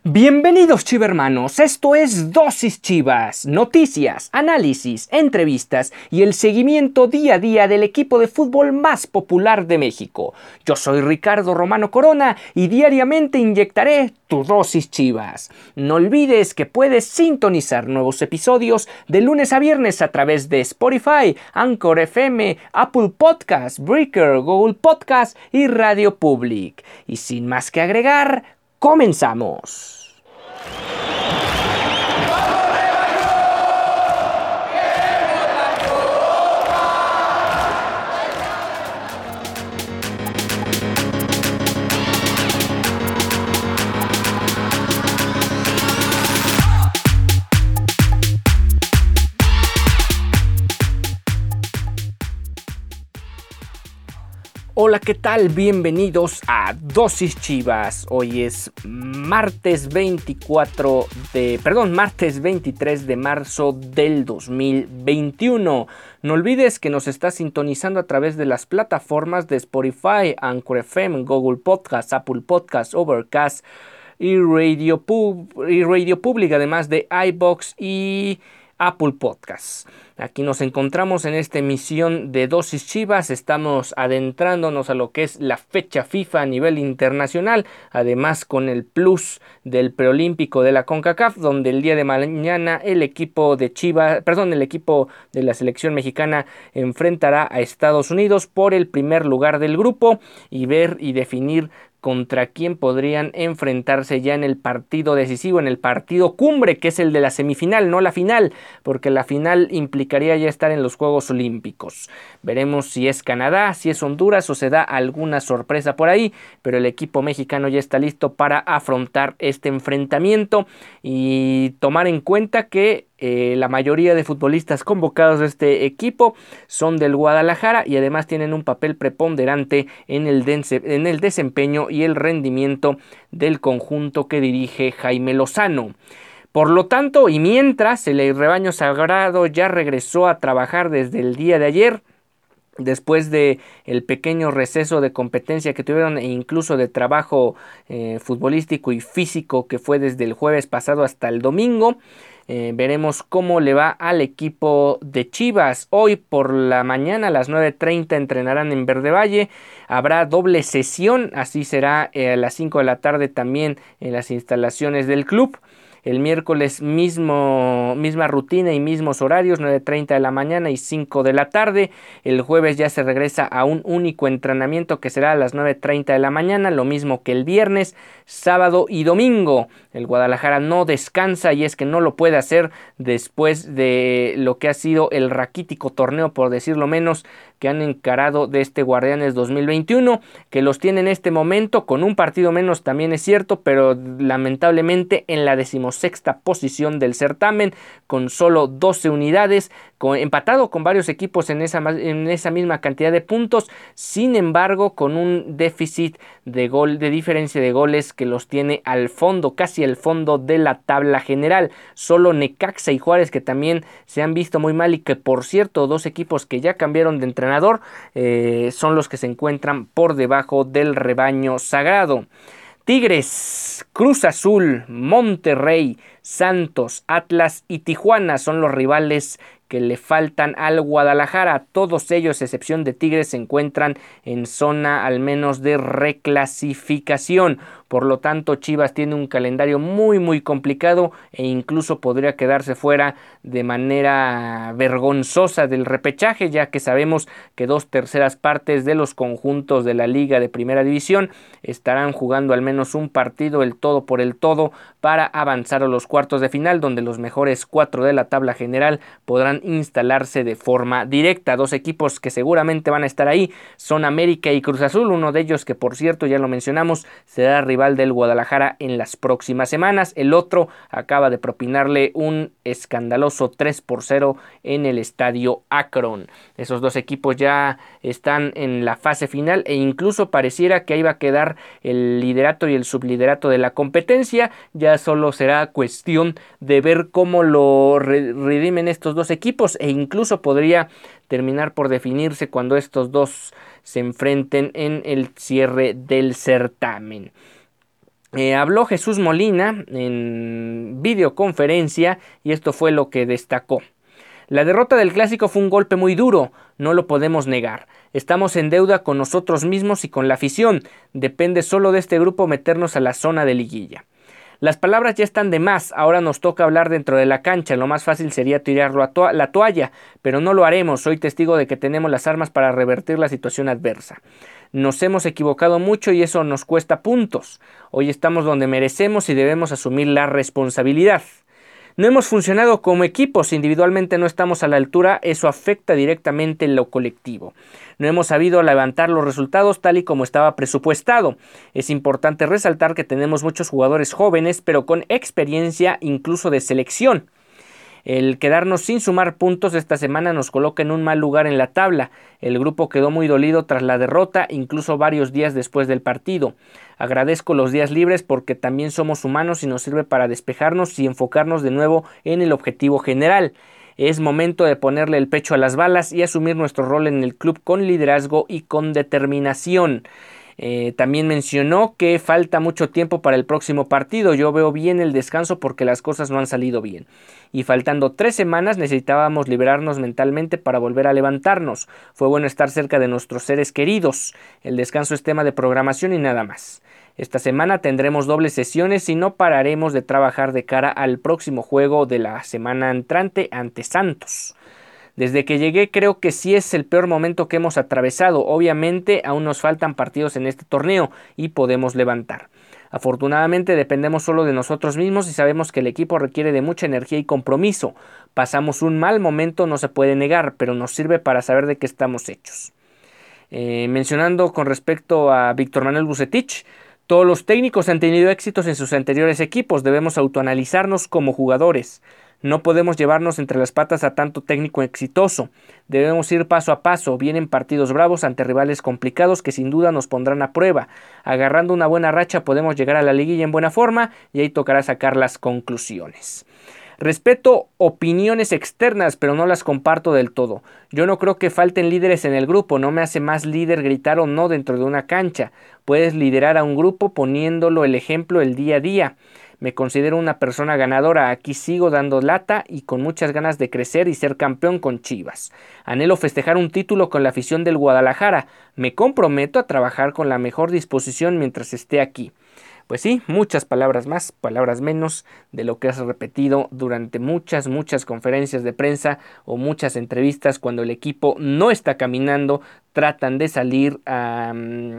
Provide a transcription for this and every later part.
Bienvenidos chivermanos, esto es Dosis Chivas, noticias, análisis, entrevistas y el seguimiento día a día del equipo de fútbol más popular de México. Yo soy Ricardo Romano Corona y diariamente inyectaré tu dosis Chivas. No olvides que puedes sintonizar nuevos episodios de lunes a viernes a través de Spotify, Anchor FM, Apple Podcasts, Breaker, Google Podcasts y Radio Public. Y sin más que agregar, ¡comenzamos! Hola, ¿qué tal? Bienvenidos a Dosis Chivas. Hoy es martes 23 de marzo del 2021. No olvides que nos estás sintonizando a través de las plataformas de Spotify, Anchor FM, Google Podcasts, Apple Podcasts, Overcast y Radio Public, además de iVoox y Apple Podcasts. Aquí nos encontramos en esta emisión de Dosis Chivas, estamos adentrándonos a lo que es la fecha FIFA a nivel internacional, además con el plus del preolímpico de la CONCACAF, donde el día de mañana el equipo de la selección mexicana enfrentará a Estados Unidos por el primer lugar del grupo y ver y definir contra quién podrían enfrentarse ya en el partido decisivo, en el partido cumbre, que es el de la semifinal, no la final, porque la final implicaría ya estar en los Juegos Olímpicos. Veremos si es Canadá, si es Honduras o se da alguna sorpresa por ahí, pero el equipo mexicano ya está listo para afrontar este enfrentamiento y tomar en cuenta que la mayoría de futbolistas convocados de este equipo son del Guadalajara y además tienen un papel preponderante en el desempeño y el rendimiento del conjunto que dirige Jaime Lozano. Por lo tanto, y mientras el rebaño sagrado ya regresó a trabajar desde el día de ayer, después de el pequeño receso de competencia que tuvieron e incluso de trabajo futbolístico y físico que fue desde el jueves pasado hasta el domingo, veremos cómo le va al equipo de Chivas. Hoy por la mañana a las 9:30 entrenarán en Verde Valle. Habrá doble sesión, así será a las 5 de la tarde también en las instalaciones del club. El miércoles misma rutina y mismos horarios, 9:30 de la mañana y 5 de la tarde. El jueves ya se regresa a un único entrenamiento que será a las 9:30 de la mañana, lo mismo que el viernes, sábado y domingo. El Guadalajara no descansa y es que no lo puede hacer después de lo que ha sido el raquítico torneo, por decirlo menos, que han encarado de este Guardianes 2021, que los tiene en este momento con un partido menos, también es cierto, pero lamentablemente en la 16ª posición del certamen, con solo 12 unidades, empatado con varios equipos en esa misma cantidad de puntos, sin embargo con un déficit de diferencia de goles que los tiene al fondo, casi al fondo de la tabla general. Solo Necaxa y Juárez, que también se han visto muy mal y que por cierto dos equipos que ya cambiaron de entrenador, son los que se encuentran por debajo del rebaño sagrado. Tigres, Cruz Azul, Monterrey, Santos, Atlas y Tijuana son los rivales que le faltan al Guadalajara. Todos ellos, a excepción de Tigres, se encuentran en zona al menos de reclasificación. Por lo tanto, Chivas tiene un calendario muy complicado e incluso podría quedarse fuera de manera vergonzosa del repechaje, ya que sabemos que 2/3 partes de los conjuntos de la Liga de Primera División estarán jugando al menos un partido, el todo por el todo, para avanzar a los cuartos de final, donde los mejores 4 de la tabla general podrán instalarse de forma directa. Dos equipos que seguramente van a estar ahí son América y Cruz Azul, uno de ellos que por cierto ya lo mencionamos será rival del Guadalajara en las próximas semanas. El otro acaba de propinarle un escandaloso 3-0 en el estadio Akron. Esos dos equipos ya están en la fase final e incluso pareciera que ahí va a quedar el liderato y el subliderato de la competencia. Ya solo será cuestión de ver cómo lo redimen estos dos equipos e incluso podría terminar por definirse cuando estos dos se enfrenten en el cierre del certamen. Habló Jesús Molina en videoconferencia y esto fue lo que destacó. La derrota del Clásico fue un golpe muy duro, no lo podemos negar. Estamos en deuda con nosotros mismos y con la afición. Depende solo de este grupo meternos a la zona de liguilla. Las palabras ya están de más, ahora nos toca hablar dentro de la cancha, lo más fácil sería tirarlo a la toalla, pero no lo haremos, soy testigo de que tenemos las armas para revertir la situación adversa. Nos hemos equivocado mucho y eso nos cuesta puntos. Hoy estamos donde merecemos y debemos asumir la responsabilidad. No hemos funcionado como equipos, individualmente no estamos a la altura, eso afecta directamente lo colectivo. No hemos sabido levantar los resultados tal y como estaba presupuestado. Es importante resaltar que tenemos muchos jugadores jóvenes, pero con experiencia incluso de selección. El quedarnos sin sumar puntos esta semana nos coloca en un mal lugar en la tabla. El grupo quedó muy dolido tras la derrota, incluso varios días después del partido. Agradezco los días libres porque también somos humanos y nos sirve para despejarnos y enfocarnos de nuevo en el objetivo general. Es momento de ponerle el pecho a las balas y asumir nuestro rol en el club con liderazgo y con determinación. También mencionó que falta mucho tiempo para el próximo partido. Yo veo bien el descanso porque las cosas no han salido bien. Y faltando 3 semanas necesitábamos liberarnos mentalmente para volver a levantarnos. Fue bueno estar cerca de nuestros seres queridos. El descanso es tema de programación y nada más. Esta semana tendremos dobles sesiones y no pararemos de trabajar de cara al próximo juego de la semana entrante ante Santos. Desde que llegué creo que sí es el peor momento que hemos atravesado. Obviamente aún nos faltan partidos en este torneo y podemos levantar. Afortunadamente dependemos solo de nosotros mismos y sabemos que el equipo requiere de mucha energía y compromiso. Pasamos un mal momento, no se puede negar, pero nos sirve para saber de qué estamos hechos. Mencionando con respecto a Víctor Manuel Vucetich, todos los técnicos han tenido éxitos en sus anteriores equipos, debemos autoanalizarnos como jugadores. No podemos llevarnos entre las patas a tanto técnico exitoso. Debemos ir paso a paso. Vienen partidos bravos ante rivales complicados que sin duda nos pondrán a prueba. Agarrando una buena racha podemos llegar a la liguilla en buena forma y ahí tocará sacar las conclusiones. Respeto opiniones externas, pero no las comparto del todo. Yo no creo que falten líderes en el grupo, no me hace más líder gritar o no dentro de una cancha. Puedes liderar a un grupo poniéndolo el ejemplo el día a día. Me considero una persona ganadora, aquí sigo dando lata y con muchas ganas de crecer y ser campeón con Chivas. Anhelo festejar un título con la afición del Guadalajara. Me comprometo a trabajar con la mejor disposición mientras esté aquí. Pues sí, muchas palabras más, palabras menos de lo que has repetido durante muchas conferencias de prensa o muchas entrevistas cuando el equipo no está caminando, tratan de salir a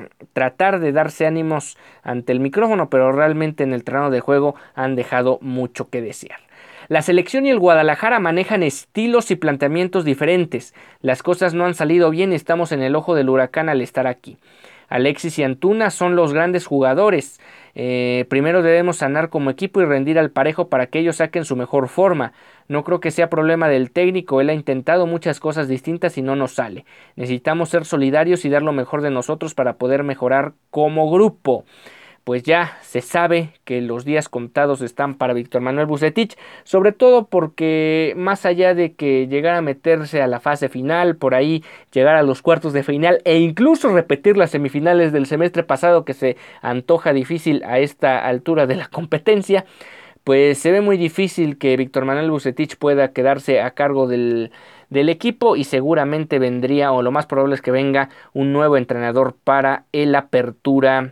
tratar de darse ánimos ante el micrófono, pero realmente en el terreno de juego han dejado mucho que desear. La selección y el Guadalajara manejan estilos y planteamientos diferentes. Las cosas no han salido bien, estamos en el ojo del huracán al estar aquí. Alexis y Antuna son los grandes jugadores. Primero debemos sanar como equipo y rendir al parejo para que ellos saquen su mejor forma. No creo que sea problema del técnico, él ha intentado muchas cosas distintas y no nos sale. Necesitamos ser solidarios y dar lo mejor de nosotros para poder mejorar como grupo. Pues ya se sabe que los días contados están para Víctor Manuel Vucetich, sobre todo porque más allá de que llegara a meterse a la fase final, por ahí llegar a los cuartos de final e incluso repetir las semifinales del semestre pasado que se antoja difícil a esta altura de la competencia, pues se ve muy difícil que Víctor Manuel Vucetich pueda quedarse a cargo del equipo y seguramente vendría, o lo más probable es que venga, un nuevo entrenador para el Apertura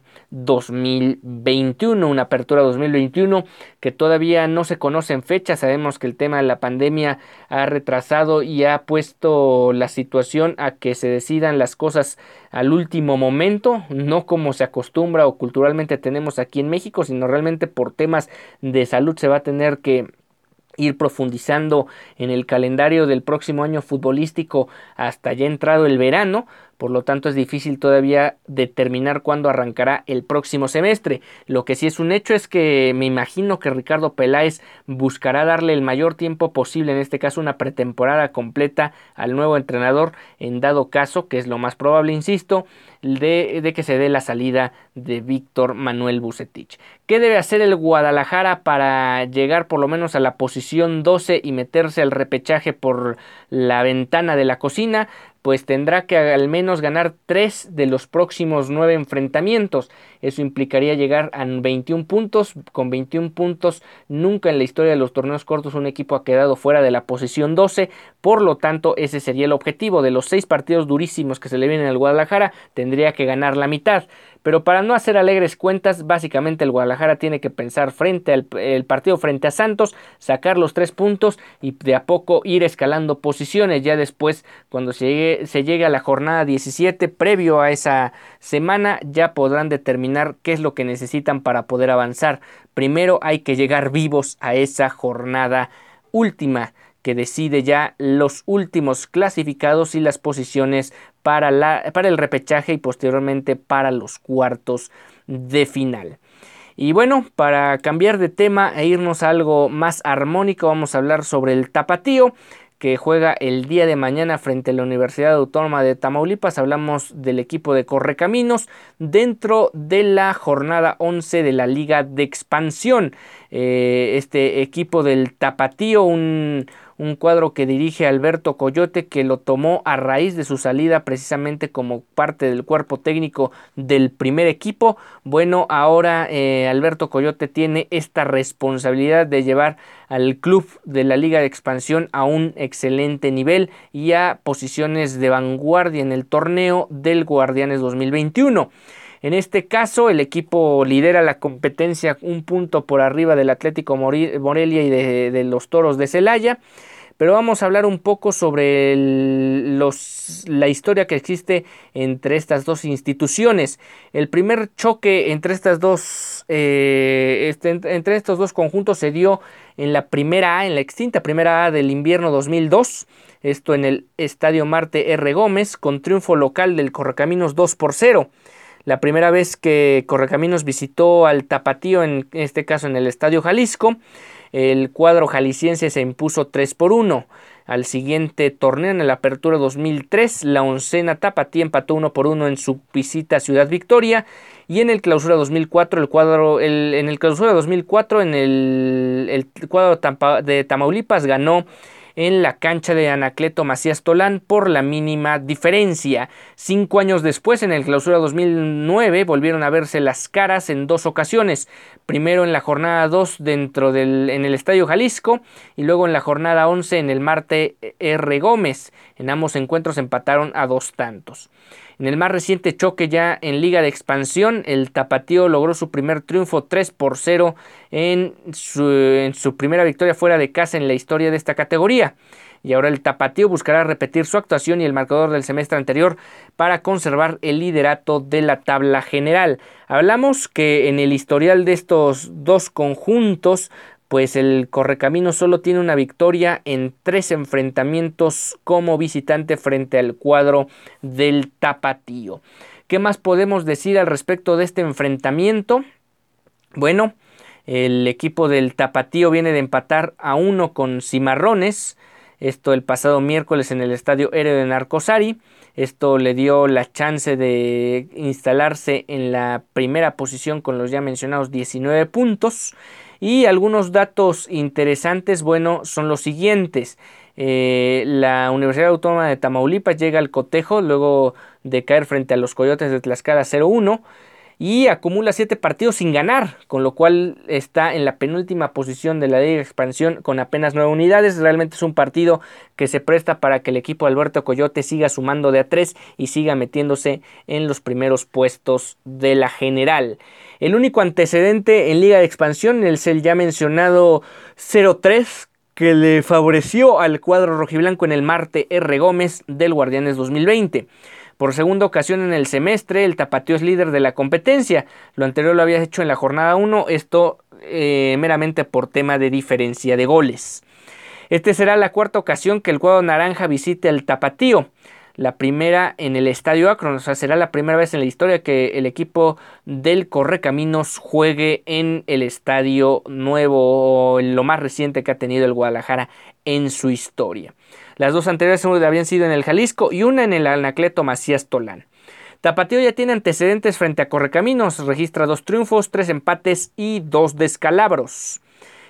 2021, una Apertura 2021 que todavía no se conocen fechas. Sabemos que el tema de la pandemia ha retrasado y ha puesto la situación a que se decidan las cosas al último momento, no como se acostumbra o culturalmente tenemos aquí en México, sino realmente por temas de salud se va a tener que ir profundizando en el calendario del próximo año futbolístico hasta ya entrado el verano. Por lo tanto es difícil todavía determinar cuándo arrancará el próximo semestre. Lo que sí es un hecho es que me imagino que Ricardo Peláez buscará darle el mayor tiempo posible, en este caso una pretemporada completa al nuevo entrenador, en dado caso, que es lo más probable, insisto, de que se dé la salida de Víctor Manuel Vucetich. ¿Qué debe hacer el Guadalajara para llegar por lo menos a la posición 12 y meterse al repechaje por la ventana de la cocina? pues tendrá que al menos ganar 3 de los próximos 9 enfrentamientos. Eso implicaría llegar a 21 puntos. Con 21 puntos, nunca en la historia de los torneos cortos un equipo ha quedado fuera de la posición 12. Por lo tanto, ese sería el objetivo. De los 6 partidos durísimos que se le vienen al Guadalajara, tendría que ganar la mitad. Pero para no hacer alegres cuentas, básicamente el Guadalajara tiene que pensar frente al el partido frente a Santos, sacar los 3 puntos y de a poco ir escalando posiciones. Ya después, cuando se llegue a la jornada 17, previo a esa semana, ya podrán determinar qué es lo que necesitan para poder avanzar. Primero hay que llegar vivos a esa jornada última, que decide ya los últimos clasificados y las posiciones para el repechaje y posteriormente para los cuartos de final. Y bueno, para cambiar de tema e irnos a algo más armónico, vamos a hablar sobre el Tapatío, que juega el día de mañana frente a la Universidad Autónoma de Tamaulipas. Hablamos del equipo de Correcaminos dentro de la jornada 11 de la Liga de Expansión. Este equipo del Tapatío, un cuadro que dirige Alberto Coyote, que lo tomó a raíz de su salida precisamente como parte del cuerpo técnico del primer equipo. Bueno, ahora Alberto Coyote tiene esta responsabilidad de llevar al club de la Liga de Expansión a un excelente nivel y a posiciones de vanguardia en el torneo del Guardianes 2021. En este caso, el equipo lidera la competencia un punto por arriba del Atlético Morelia y de los Toros de Celaya. Pero vamos a hablar un poco sobre la historia que existe entre estas dos instituciones. El primer choque entre estos dos conjuntos se dio en la primera A, en la extinta primera A del invierno 2002. Esto en el Estadio Marte R. Gómez, con triunfo local del Correcaminos 2-0. La primera vez que Correcaminos visitó al Tapatío, en este caso en el Estadio Jalisco, el cuadro jalisciense se impuso 3-1. Al siguiente torneo, en la Apertura 2003, la oncena Tapatía empató 1-1 en su visita a Ciudad Victoria. Y en el Clausura 2004, el cuadro de Tamaulipas ganó en la cancha de Anacleto Macías Tolán por la mínima diferencia. 5 años después, en el Clausura 2009, volvieron a verse las caras en 2 ocasiones. Primero en la jornada 2 en el Estadio Jalisco y luego en la jornada 11 en el Marte R. Gómez. En ambos encuentros empataron a 2 tantos. En el más reciente choque ya en Liga de Expansión, el Tapatío logró su primer triunfo 3-0 en su primera victoria fuera de casa en la historia de esta categoría. Y ahora el Tapatío buscará repetir su actuación y el marcador del semestre anterior para conservar el liderato de la tabla general. Hablamos que en el historial de estos dos conjuntos, pues el Correcaminos solo tiene una victoria en 3 enfrentamientos como visitante frente al cuadro del Tapatío. ¿Qué más podemos decir al respecto de este enfrentamiento? Bueno, el equipo del Tapatío viene de empatar a 1 con Cimarrones. Esto el pasado miércoles en el Estadio Héroe de Narcosari. Esto le dio la chance de instalarse en la primera posición con los ya mencionados 19 puntos. Y algunos datos interesantes, bueno, son los siguientes. La Universidad Autónoma de Tamaulipas llega al cotejo luego de caer frente a los Coyotes de Tlaxcala 0-1 y acumula 7 partidos sin ganar, con lo cual está en la penúltima posición de la Liga de Expansión con apenas 9 unidades. Realmente es un partido que se presta para que el equipo de Alberto Coyote siga sumando de a 3 y siga metiéndose en los primeros puestos de la general. El único antecedente en Liga de Expansión es el ya mencionado 0-3 que le favoreció al cuadro rojiblanco en el Marte R. Gómez del Guardianes 2020. Por segunda ocasión en el semestre, el Tapatío es líder de la competencia. Lo anterior lo había hecho en la jornada 1, esto meramente por tema de diferencia de goles. Este será la 4ª ocasión que el cuadro naranja visite al Tapatío. La primera en el Estadio Akron, o sea, será la primera vez en la historia que el equipo del Correcaminos juegue en el estadio nuevo, o en lo más reciente que ha tenido el Guadalajara en su historia. Las 2 anteriores habían sido en el Jalisco y una en el Anacleto Macías Tolán. Tapatío ya tiene antecedentes frente a Correcaminos, registra 2 triunfos, 3 empates y 2 descalabros.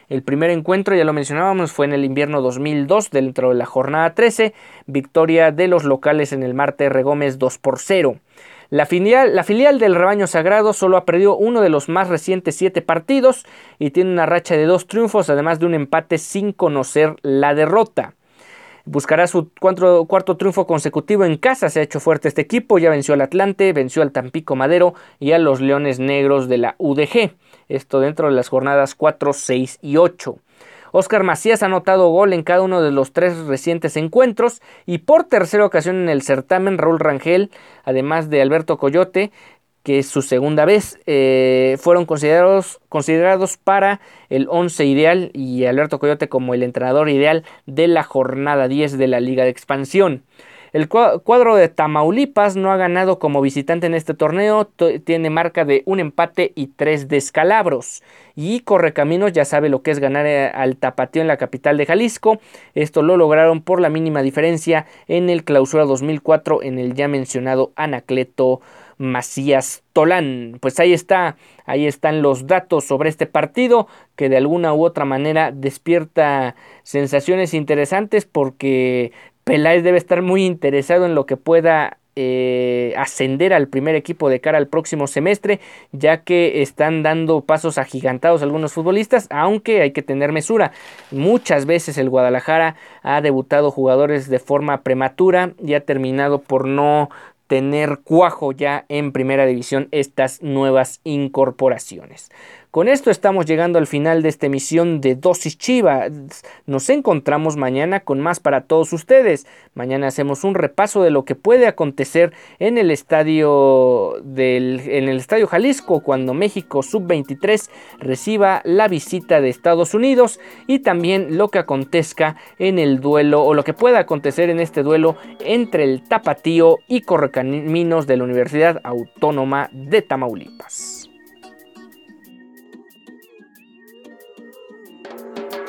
El primer encuentro, ya lo mencionábamos, fue en el invierno 2002, dentro de la jornada 13, victoria de los locales en el Marte R. Gómez 2-0. La filial del Rebaño Sagrado solo ha perdido uno de los más recientes 7 partidos y tiene una racha de 2 triunfos, además de un empate sin conocer la derrota. Buscará su cuarto triunfo consecutivo en casa. Se ha hecho fuerte este equipo, ya venció al Atlante, venció al Tampico Madero y a los Leones Negros de la UDG. Esto dentro de las jornadas 4, 6 y 8. Óscar Macías ha anotado gol en cada uno de los 3 recientes encuentros y por tercera ocasión en el certamen Raúl Rangel, además de Alberto Coyote, que es su segunda vez, fueron considerados para el 11 ideal y Alberto Coyote como el entrenador ideal de la jornada 10 de la Liga de Expansión. El cuadro de Tamaulipas no ha ganado como visitante en este torneo, tiene marca de un empate y 3 descalabros. Y Correcaminos ya sabe lo que es ganar al Tapatío en la capital de Jalisco. Esto lo lograron por la mínima diferencia en el Clausura 2004 en el ya mencionado Anacleto Macías Tolán. Pues ahí están los datos sobre este partido que de alguna u otra manera despierta sensaciones interesantes porque Peláez debe estar muy interesado en lo que pueda ascender al primer equipo de cara al próximo semestre, ya que están dando pasos agigantados algunos futbolistas, aunque hay que tener mesura. Muchas veces el Guadalajara ha debutado jugadores de forma prematura y ha terminado por no tener cuajo ya en primera división estas nuevas incorporaciones. Con esto estamos llegando al final de esta emisión de Dosis Chivas. Nos encontramos mañana con más para todos ustedes. Mañana hacemos un repaso de lo que puede acontecer en el estadio Jalisco cuando México Sub-23 reciba la visita de Estados Unidos y también lo que acontezca en el duelo o lo que pueda acontecer en este duelo entre el Tapatío y Correcaminos de la Universidad Autónoma de Tamaulipas.